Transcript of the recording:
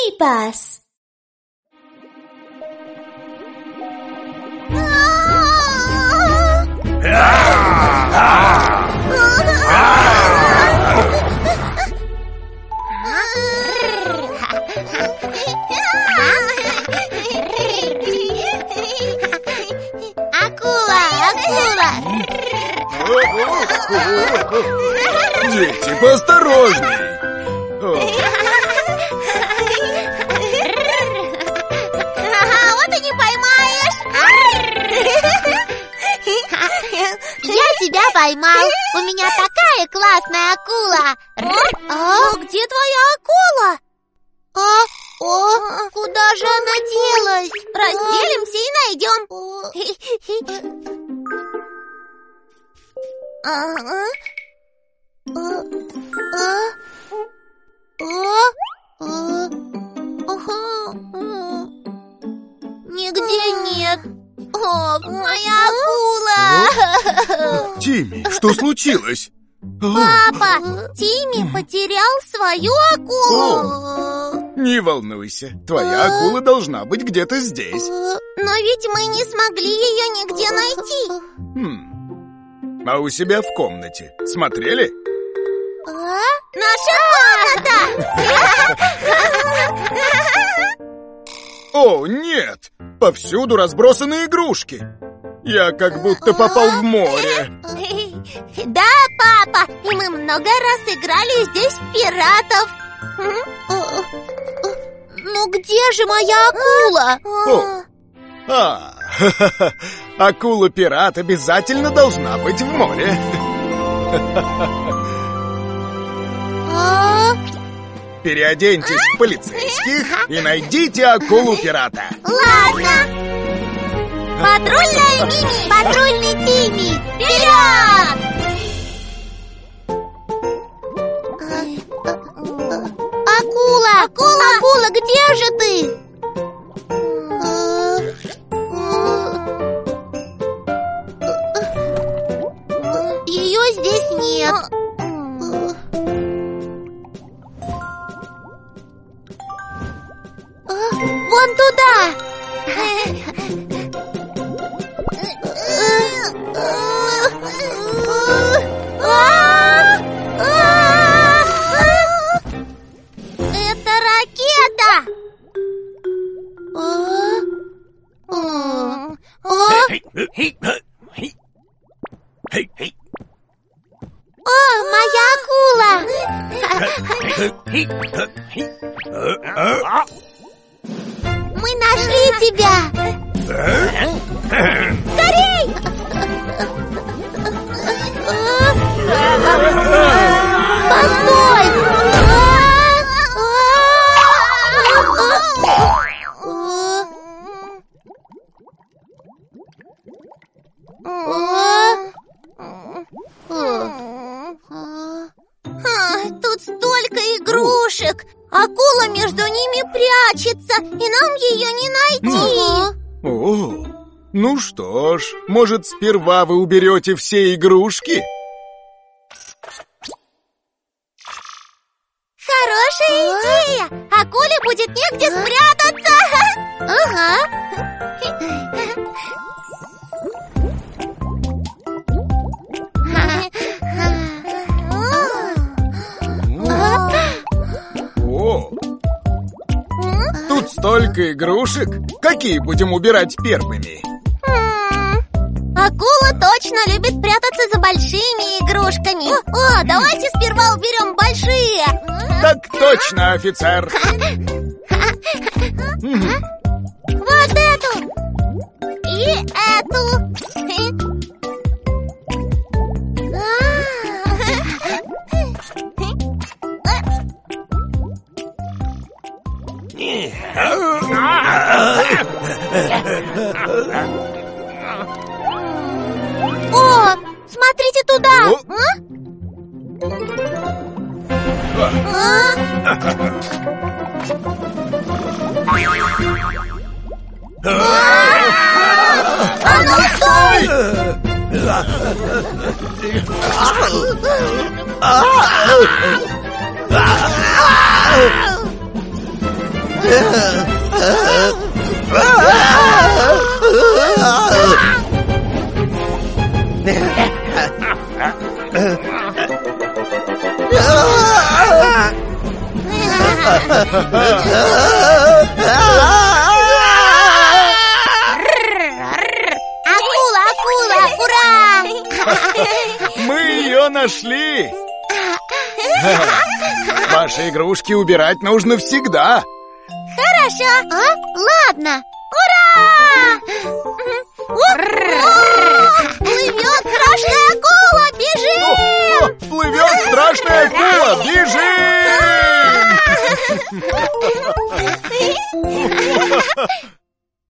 Mini-bus. Дети, поосторожней! Вот и не поймаешь! Я тебя поймал! У меня такая классная акула! Где твоя акула? Куда же она делась? Разделимся и найдем! Нигде нет. Моя акула! Тимми, что случилось? Папа, Тимми потерял свою акулу. Не волнуйся, твоя акула должна быть где-то здесь. Но ведь мы не смогли ее нигде найти. А у себя в комнате смотрели? Наша комната! О, нет! Повсюду разбросаны игрушки. Я как будто попал в море. Да, папа, и мы много раз играли здесь в пиратов. Ну где же моя акула? Акула-пират обязательно должна быть в море. Переоденьтесь в полицейских и найдите акулу-пирата. Ладно. Патрульная Мини, патрульный Тимми, вперед! Акула, где же ты? Ее здесь нет. Вон туда! Это ракета! Моя акула! Мы нашли тебя! Скорей! Постой! Тут столько игрушек! Акула между ними прячется, и нам ее не найти. О, ну что ж, может, сперва вы уберете все игрушки? Хорошая идея! Акуле будет негде спрятаться. О, тут столько игрушек. Какие будем убирать первыми? Акула точно любит прятаться за большими игрушками. Давайте сперва уберем большие. Так точно, офицер. Вот эту и эту. О, смотрите туда! А ну стой! Акула, акула, ура! Мы ее нашли! Ваши игрушки убирать нужно всегда. Хорошо, ладно. Ура! Плывет страшная акула, бежим! Плывет страшная акула, бежим!